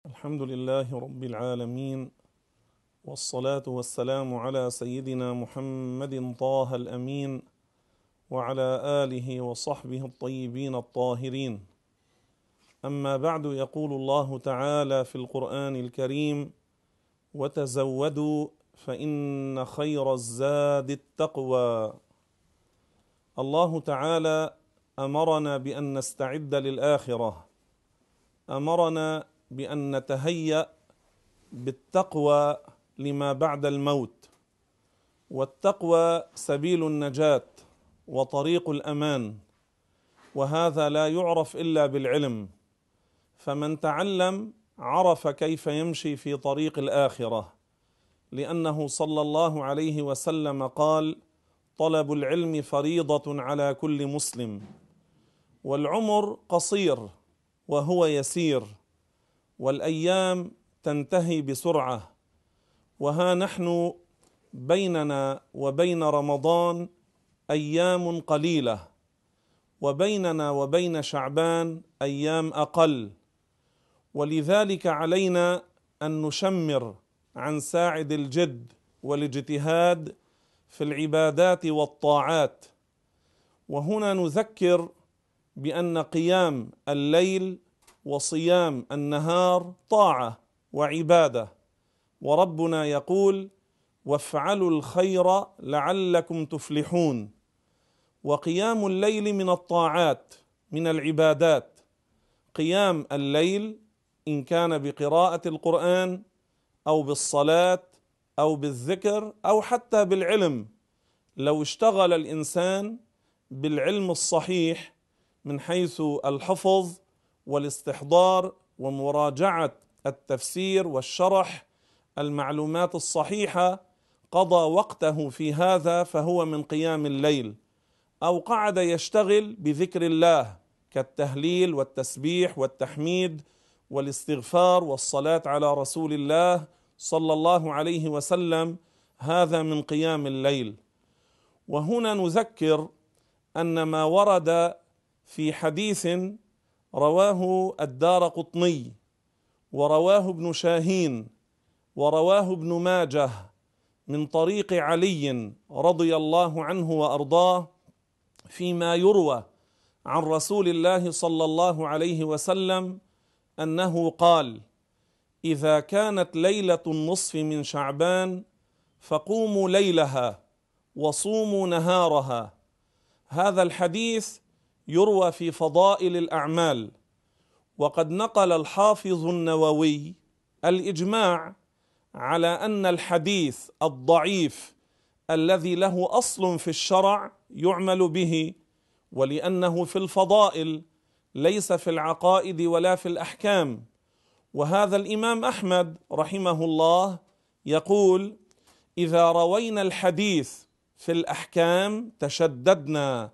الحمد لله رب العالمين، والصلاة والسلام على سيدنا محمد طه الأمين وعلى آله وصحبه الطيبين الطاهرين. أما بعد، يقول الله تعالى في القرآن الكريم: وتزودوا فإن خير الزاد التقوى. الله تعالى أمرنا بأن نستعد للآخرة، أمرنا بأن نتهيأ بالتقوى لما بعد الموت، والتقوى سبيل النجاة وطريق الأمان، وهذا لا يعرف إلا بالعلم، فمن تعلم عرف كيف يمشي في طريق الآخرة، لأنه صلى الله عليه وسلم قال: طلب العلم فريضة على كل مسلم. والعمر قصير وهو يسير، والأيام تنتهي بسرعة، وها نحن بيننا وبين رمضان أيام قليلة، وبيننا وبين شعبان أيام أقل، ولذلك علينا أن نشمر عن ساعد الجد والاجتهاد في العبادات والطاعات. وهنا نذكر بأن قيام الليل وصيام النهار طاعة وعبادة، وربنا يقول: وافعلوا الخير لعلكم تفلحون. وقيام الليل من الطاعات من العبادات، قيام الليل إن كان بقراءة القرآن أو بالصلاة أو بالذكر أو حتى بالعلم. لو اشتغل الإنسان بالعلم الصحيح من حيث الحفظ والاستحضار ومراجعة التفسير والشرح، المعلومات الصحيحة، قضى وقته في هذا فهو من قيام الليل. أو قعد يشتغل بذكر الله كالتهليل والتسبيح والتحميد والاستغفار والصلاة على رسول الله صلى الله عليه وسلم، هذا من قيام الليل. وهنا نذكر أن ما ورد في حديث رواه الدارقطني ورواه ابن شاهين ورواه ابن ماجه من طريق علي رضي الله عنه وأرضاه، فيما يروى عن رسول الله صلى الله عليه وسلم أنه قال: إذا كانت ليلة النصف من شعبان فقوموا ليلها وصوموا نهارها. هذا الحديث يروى في فضائل الأعمال، وقد نقل الحافظ النووي الإجماع على أن الحديث الضعيف الذي له أصل في الشرع يعمل به، ولأنه في الفضائل ليس في العقائد ولا في الأحكام. وهذا الإمام أحمد رحمه الله يقول: إذا روينا الحديث في الأحكام تشددنا،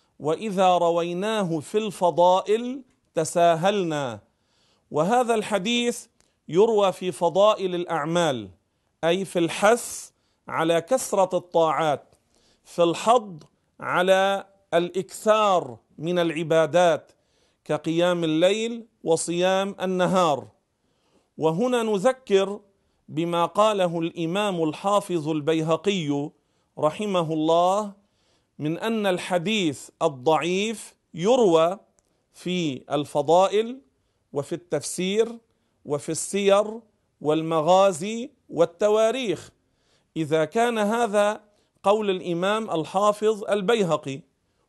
وإذا رويناه في الفضائل تساهلنا. وهذا الحديث يروى في فضائل الأعمال، أي في الحث على كثرة الطاعات، في الحض على الإكثار من العبادات كقيام الليل وصيام النهار. وهنا نذكر بما قاله الإمام الحافظ البيهقي رحمه الله من أن الحديث الضعيف يروى في الفضائل وفي التفسير وفي السير والمغازي والتواريخ. إذا كان هذا قول الإمام الحافظ البيهقي،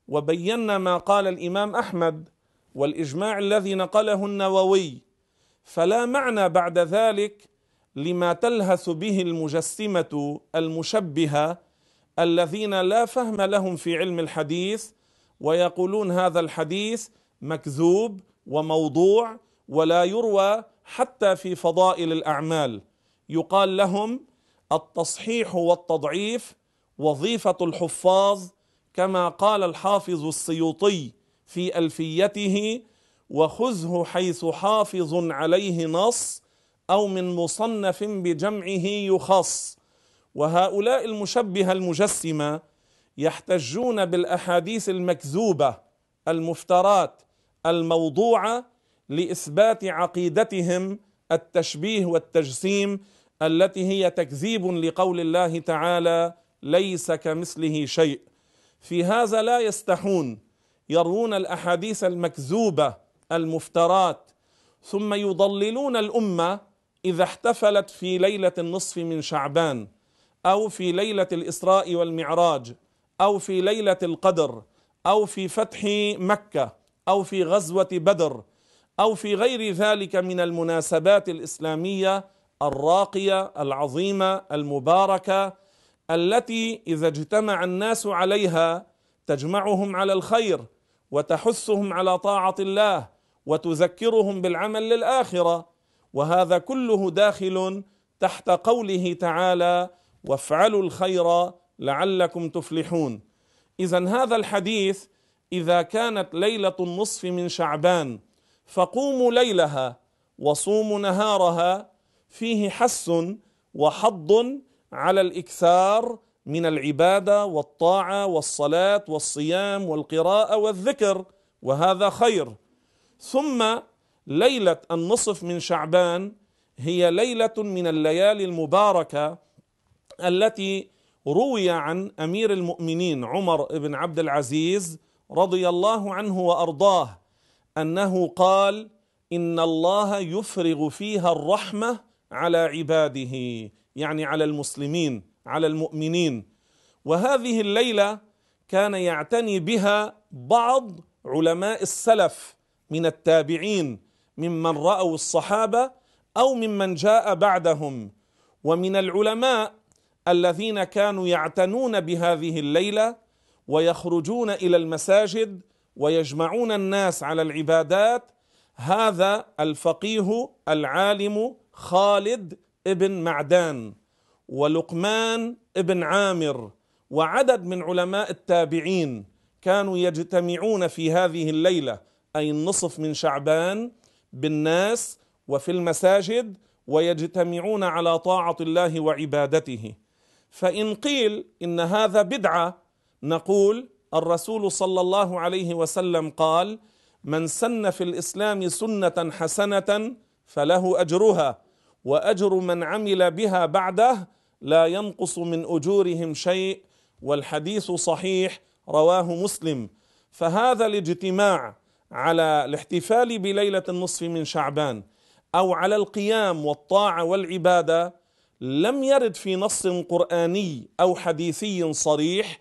وبينا ما قال الإمام أحمد والإجماع الذي نقله النووي، فلا معنى بعد ذلك لما تلهث به المجسمة المشبهة الذين لا فهم لهم في علم الحديث، ويقولون هذا الحديث مكذوب وموضوع ولا يروى حتى في فضائل الأعمال. يقال لهم التصحيح والتضعيف وظيفة الحفاظ، كما قال الحافظ السيوطي في ألفيته: وخذه حيث حافظ عليه نص أو من مصنف بجمعه يخص. وهؤلاء المشبهة المجسمة يحتجون بالأحاديث المكذوبة المفترات الموضوعة لإثبات عقيدتهم التشبيه والتجسيم التي هي تكذيب لقول الله تعالى: ليس كمثله شيء. في هذا لا يستحون، يروون الأحاديث المكذوبة المفترات، ثم يضللون الأمة إذا احتفلت في ليلة النصف من شعبان، أو في ليلة الإسراء والمعراج، أو في ليلة القدر، أو في فتح مكة، أو في غزوة بدر، أو في غير ذلك من المناسبات الإسلامية الراقية العظيمة المباركة، التي إذا اجتمع الناس عليها تجمعهم على الخير، وتحثهم على طاعة الله، وتذكرهم بالعمل للآخرة. وهذا كله داخل تحت قوله تعالى: وافعلوا الخير لعلكم تفلحون. إذن هذا الحديث إذا كانت ليلة النصف من شعبان فقوموا ليلها وصوموا نهارها، فيه حث وحض على الإكثار من العبادة والطاعة والصلاة والصيام والقراءة والذكر، وهذا خير. ثم ليلة النصف من شعبان هي ليلة من الليالي المباركة التي روي عن أمير المؤمنين عمر بن عبد العزيز رضي الله عنه وأرضاه أنه قال: إن الله يفرغ فيها الرحمة على عباده، يعني على المسلمين، على المؤمنين. وهذه الليلة كان يعتني بها بعض علماء السلف من التابعين، ممن رأوا الصحابة أو ممن جاء بعدهم. ومن العلماء الذين كانوا يعتنون بهذه الليلة ويخرجون إلى المساجد ويجمعون الناس على العبادات هذا الفقيه العالم خالد ابن معدان، ولقمان ابن عامر، وعدد من علماء التابعين كانوا يجتمعون في هذه الليلة، أي النصف من شعبان، بالناس وفي المساجد، ويجتمعون على طاعة الله وعبادته. فإن قيل إن هذا بدعة، نقول: الرسول صلى الله عليه وسلم قال: من سن في الإسلام سنة حسنة فله أجرها، وأجر من عمل بها بعده لا ينقص من أجورهم شيء، والحديث صحيح رواه مسلم. فهذا الاجتماع على الاحتفال بليلة النصف من شعبان أو على القيام والطاعة والعبادة لم يرد في نص قرآني أو حديثي صريح،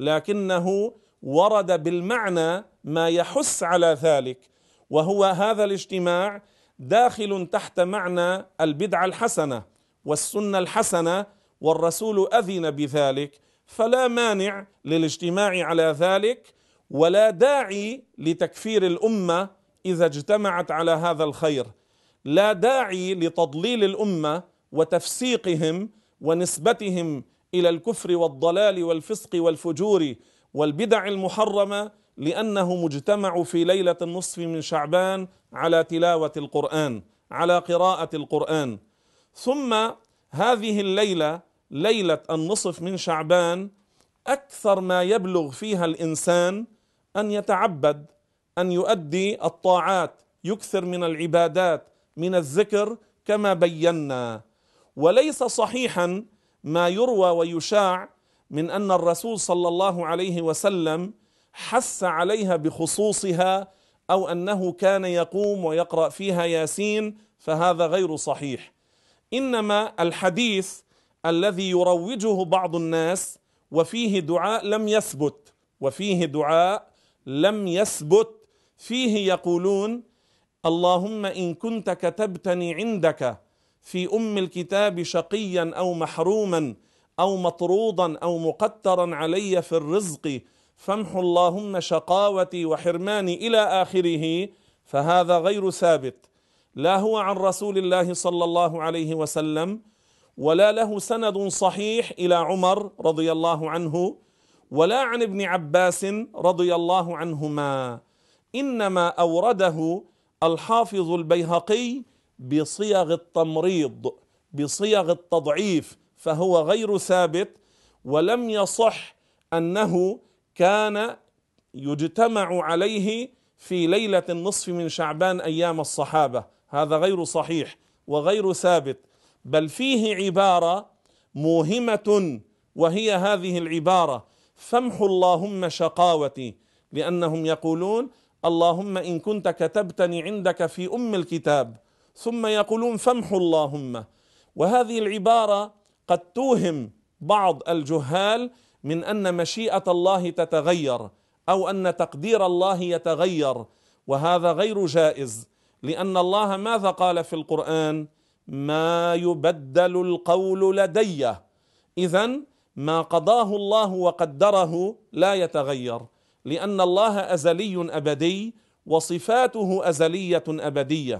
لكنه ورد بالمعنى ما يحث على ذلك، وهو هذا الاجتماع داخل تحت معنى البدعة الحسنة والسنة الحسنة، والرسول أذن بذلك، فلا مانع للاجتماع على ذلك، ولا داعي لتكفير الأمة إذا اجتمعت على هذا الخير، لا داعي لتضليل الأمة وتفسيقهم ونسبتهم إلى الكفر والضلال والفسق والفجور والبدع المحرمة، لأنهم اجتمعوا في ليلة النصف من شعبان على تلاوة القرآن، على قراءة القرآن. ثم هذه الليلة، ليلة النصف من شعبان، أكثر ما يبلغ فيها الإنسان أن يتعبد، أن يؤدي الطاعات، يكثر من العبادات، من الذكر كما بينا. وليس صحيحا ما يروى ويشاع من أن الرسول صلى الله عليه وسلم حث عليها بخصوصها، أو أنه كان يقوم ويقرأ فيها ياسين، فهذا غير صحيح. إنما الحديث الذي يروجه بعض الناس وفيه دعاء لم يثبت، فيه يقولون: اللهم إن كنت كتبتني عندك في أم الكتاب شقيا أو محروما أو مطرودا أو مقترا علي في الرزق فامح اللهم شقاوتي وحرماني إلى آخره. فهذا غير ثابت، لا هو عن رسول الله صلى الله عليه وسلم، ولا له سند صحيح إلى عمر رضي الله عنه، ولا عن ابن عباس رضي الله عنهما. إنما أورده الحافظ البيهقي بصيغ التمريض، بصيغ التضعيف، فهو غير ثابت، ولم يصح أنه كان يجتمع عليه في ليلة النصف من شعبان أيام الصحابة، هذا غير صحيح، وغير ثابت، بل فيه عبارة موهمة، وهي هذه العبارة: فامحو اللهم شقاوتي، لأنهم يقولون اللهم إن كنت كتبتني عندك في أم الكتاب، ثم يقولون فامحو اللهم. وهذه العبارة قد توهم بعض الجهال من أن مشيئة الله تتغير أو أن تقدير الله يتغير، وهذا غير جائز، لأن الله ماذا قال في القرآن؟ ما يبدل القول لدي. إذن ما قضاه الله وقدره لا يتغير، لأن الله أزلي أبدي وصفاته أزلية أبدية،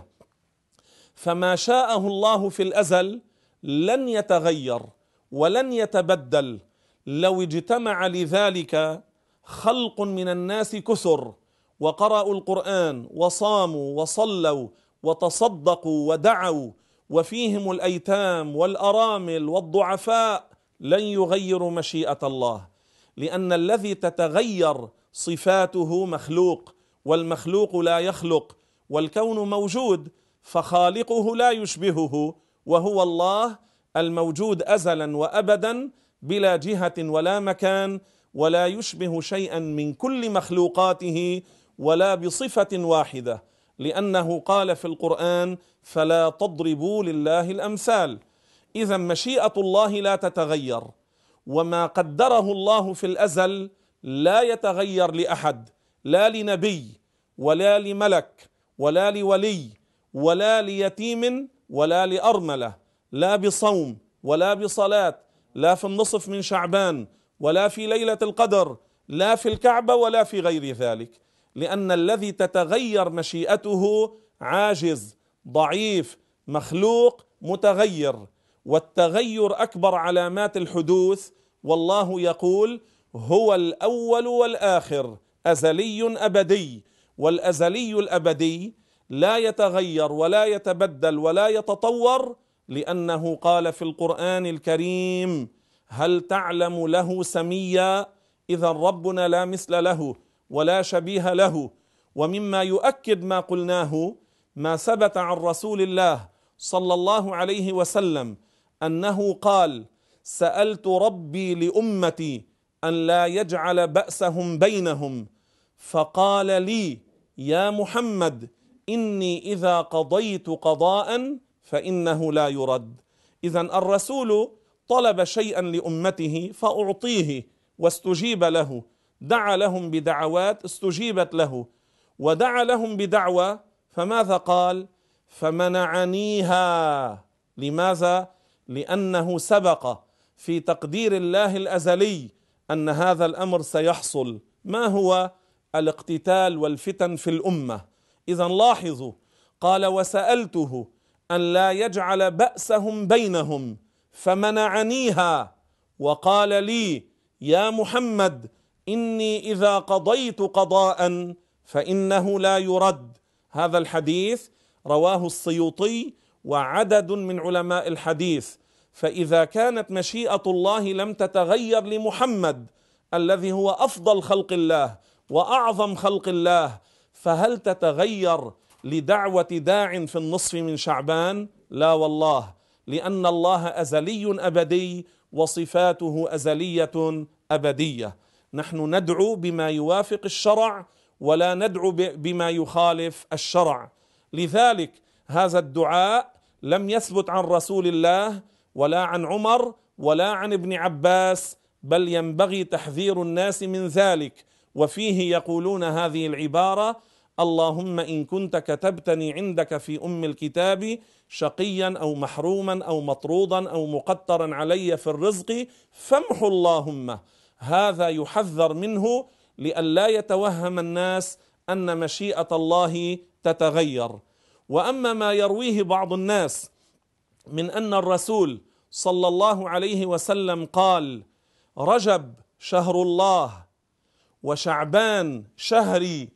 فما شاءه الله في الأزل لن يتغير ولن يتبدل. لو اجتمع لذلك خلق من الناس كثر وقرأوا القرآن وصاموا وصلوا وتصدقوا ودعوا، وفيهم الأيتام والأرامل والضعفاء، لن يغيروا مشيئة الله، لأن الذي تتغير صفاته مخلوق، والمخلوق لا يخلق، والكون موجود فخالقه لا يشبهه، وهو الله الموجود أزلا وأبدا بلا جهة ولا مكان، ولا يشبه شيئا من كل مخلوقاته ولا بصفة واحدة، لأنه قال في القرآن فلا تضربوا لله الأمثال. إذا مشيئة الله لا تتغير، وما قدره الله في الأزل لا يتغير لأحد، لا لنبي ولا لملك ولا لولي ولا ليتيم ولا لأرملة، لا بصوم ولا بصلاة، لا في النصف من شعبان ولا في ليلة القدر، لا في الكعبة ولا في غير ذلك، لأن الذي تتغير مشيئته عاجز ضعيف مخلوق متغير، والتغير أكبر علامات الحدوث. والله يقول هو الأول والآخر أزلي أبدي، والأزلي الأبدي لا يتغير ولا يتبدل ولا يتطور، لأنه قال في القرآن الكريم هل تعلم له سميا؟ إذا ربنا لا مثل له ولا شبيه له. ومما يؤكد ما قلناه ما ثبت عن رسول الله صلى الله عليه وسلم أنه قال سألت ربي لأمتي أن لا يجعل بأسهم بينهم، فقال لي يا محمد إني إذا قضيت قضاء فإنه لا يرد. إذن الرسول طلب شيئا لأمته فأعطيه واستجيب له، دعا لهم بدعوات استجيبت له، ودعا لهم بدعوة فماذا قال؟ فمنعنيها. لماذا؟ لأنه سبق في تقدير الله الأزلي أن هذا الأمر سيحصل. ما هو؟ الاقتتال والفتن في الأمة. إذن لاحظوا، قال وسألته أن لا يجعل بأسهم بينهم فمنعنيها، وقال لي يا محمد إني إذا قضيت قضاء فإنه لا يرد. هذا الحديث رواه السيوطي وعدد من علماء الحديث. فإذا كانت مشيئة الله لم تتغير لمحمد الذي هو أفضل خلق الله وأعظم خلق الله، فهل تتغير لدعوة داع في النصف من شعبان؟ لا والله، لأن الله أزلي أبدي وصفاته أزلية أبدية. نحن ندعو بما يوافق الشرع ولا ندعو بما يخالف الشرع. لذلك هذا الدعاء لم يثبت عن رسول الله ولا عن عمر ولا عن ابن عباس، بل ينبغي تحذير الناس من ذلك. وفيه يقولون هذه العبارة اللهم إن كنت كتبتني عندك في أم الكتاب شقيا أو محروما أو مطرودا أو مقترا علي في الرزق فامحو اللهم. هذا يحذر منه لئلا يتوهم الناس أن مشيئة الله تتغير. وأما ما يرويه بعض الناس من أن الرسول صلى الله عليه وسلم قال رجب شهر الله وشعبان شهري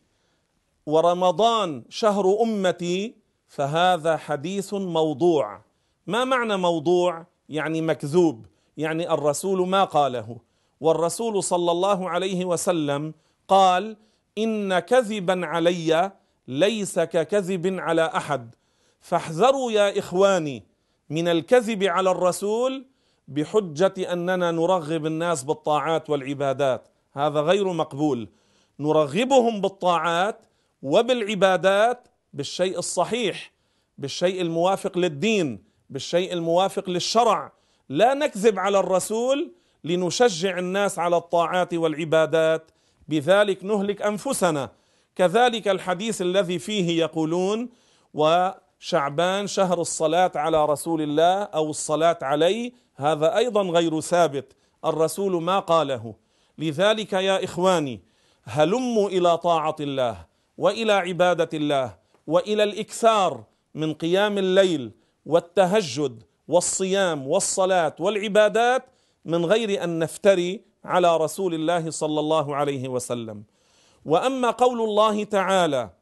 ورمضان شهر أمتي، فهذا حديث موضوع. ما معنى موضوع؟ يعني مكذوب، يعني الرسول ما قاله. والرسول صلى الله عليه وسلم قال إن كذبا علي ليس ككذب على أحد، فاحذروا يا إخواني من الكذب على الرسول بحجة أننا نرغب الناس بالطاعات والعبادات. هذا غير مقبول. نرغبهم بالطاعات وبالعبادات بالشيء الصحيح، بالشيء الموافق للدين، بالشيء الموافق للشرع. لا نكذب على الرسول لنشجع الناس على الطاعات والعبادات، بذلك نهلك أنفسنا. كذلك الحديث الذي فيه يقولون وشعبان شهر الصلاة على رسول الله أو الصلاة عليه، هذا أيضا غير ثابت، الرسول ما قاله. لذلك يا إخواني هلموا إلى طاعة الله وإلى عبادة الله وإلى الإكثار من قيام الليل والتهجد والصيام والصلاة والعبادات من غير أن نفتري على رسول الله صلى الله عليه وسلم. وأما قول الله تعالى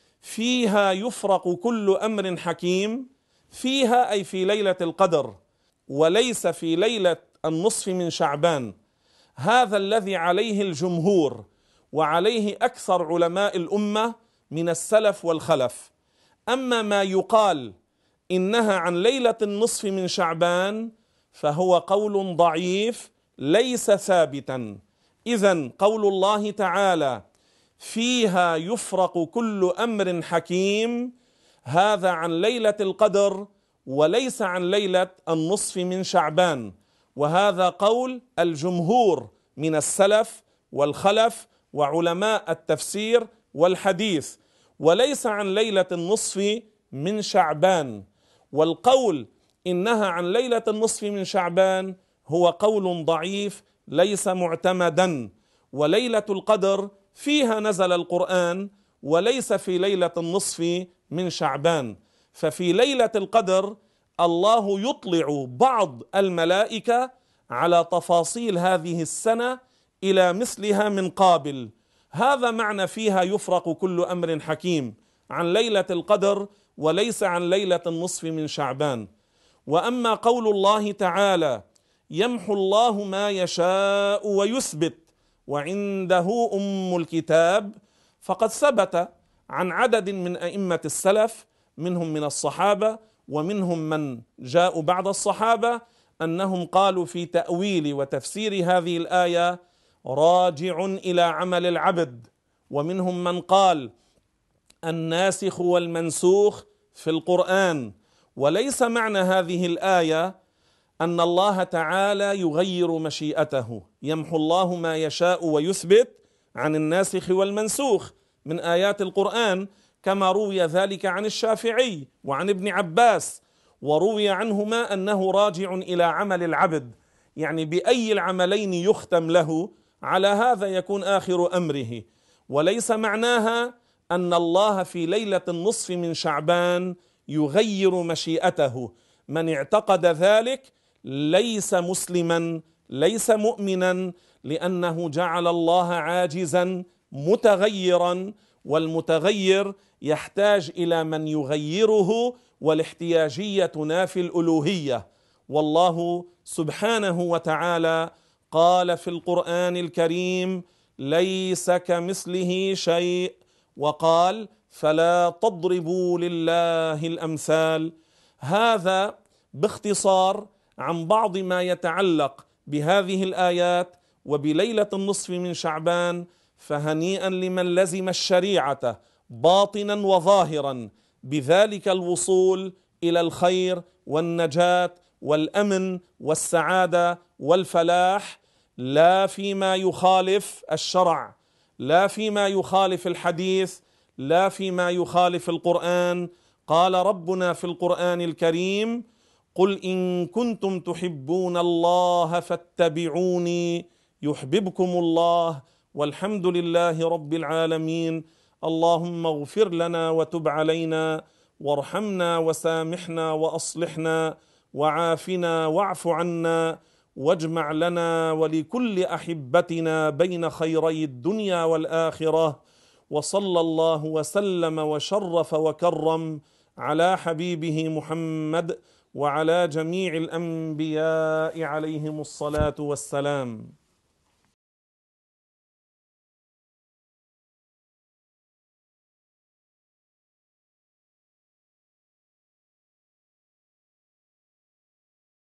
فيها يفرق كل أمر حكيم، فيها أي في ليلة القدر، وليس في ليلة النصف من شعبان. هذا الذي عليه الجمهور وعليه أكثر علماء الأمة من السلف والخلف. أما ما يقال إنها عن ليلة النصف من شعبان فهو قول ضعيف ليس ثابتا. إذن قول الله تعالى فيها يفرق كل أمر حكيم، هذا عن ليلة القدر وليس عن ليلة النصف من شعبان، وهذا قول الجمهور من السلف والخلف وعلماء التفسير والحديث، وليس عن ليلة النصف من شعبان. والقول إنها عن ليلة النصف من شعبان هو قول ضعيف ليس معتمدا. وليلة القدر فيها نزل القرآن وليس في ليلة النصف من شعبان. ففي ليلة القدر الله يطلع بعض الملائكة على تفاصيل هذه السنة إلى مثلها من قابل. هذا معنى فيها يفرق كل أمر حكيم، عن ليلة القدر وليس عن ليلة النصف من شعبان. وأما قول الله تعالى يمحو الله ما يشاء ويثبت وعنده أم الكتاب، فقد ثبت عن عدد من أئمة السلف منهم من الصحابة ومنهم من جاءوا بعد الصحابة أنهم قالوا في تأويل وتفسير هذه الآية راجع إلى عمل العبد. ومنهم من قال الناسخ والمنسوخ في القرآن، وليس معنى هذه الآية أن الله تعالى يغير مشيئته، يمحو الله ما يشاء ويثبت عن الناسخ والمنسوخ من آيات القرآن، كما روي ذلك عن الشافعي وعن ابن عباس، وروي عنهما أنه راجع إلى عمل العبد، يعني بأي العملين يختم له على هذا يكون آخر أمره. وليس معناها أن الله في ليلة النصف من شعبان يغير مشيئته. من اعتقد ذلك ليس مسلما ليس مؤمنا، لأنه جعل الله عاجزا متغيرا، والمتغير يحتاج إلى من يغيره، والاحتياجية تنافي الألوهية. والله سبحانه وتعالى قال في القرآن الكريم ليس كمثله شيء، وقال فلا تضربوا لله الأمثال. هذا باختصار عن بعض ما يتعلق بهذه الآيات وبليلة النصف من شعبان. فهنيئا لمن لزم الشريعة باطنا وظاهرا، بذلك الوصول إلى الخير والنجاة والأمن والسعادة والفلاح، لا فيما يخالف الشرع، لا فيما يخالف الحديث، لا فيما يخالف القرآن. قال ربنا في القرآن الكريم قل إن كنتم تحبون الله فاتبعوني يحببكم الله والحمد لله رب العالمين. اللهم اغفر لنا وتب علينا وارحمنا وسامحنا وأصلحنا وعافنا واعف عنا، واجمع لنا ولكل أحبتنا بين خيري الدنيا والآخرة. وصلى الله وسلم وشرف وكرم على حبيبه محمد وعلى جميع الأنبياء عليهم الصلاة والسلام.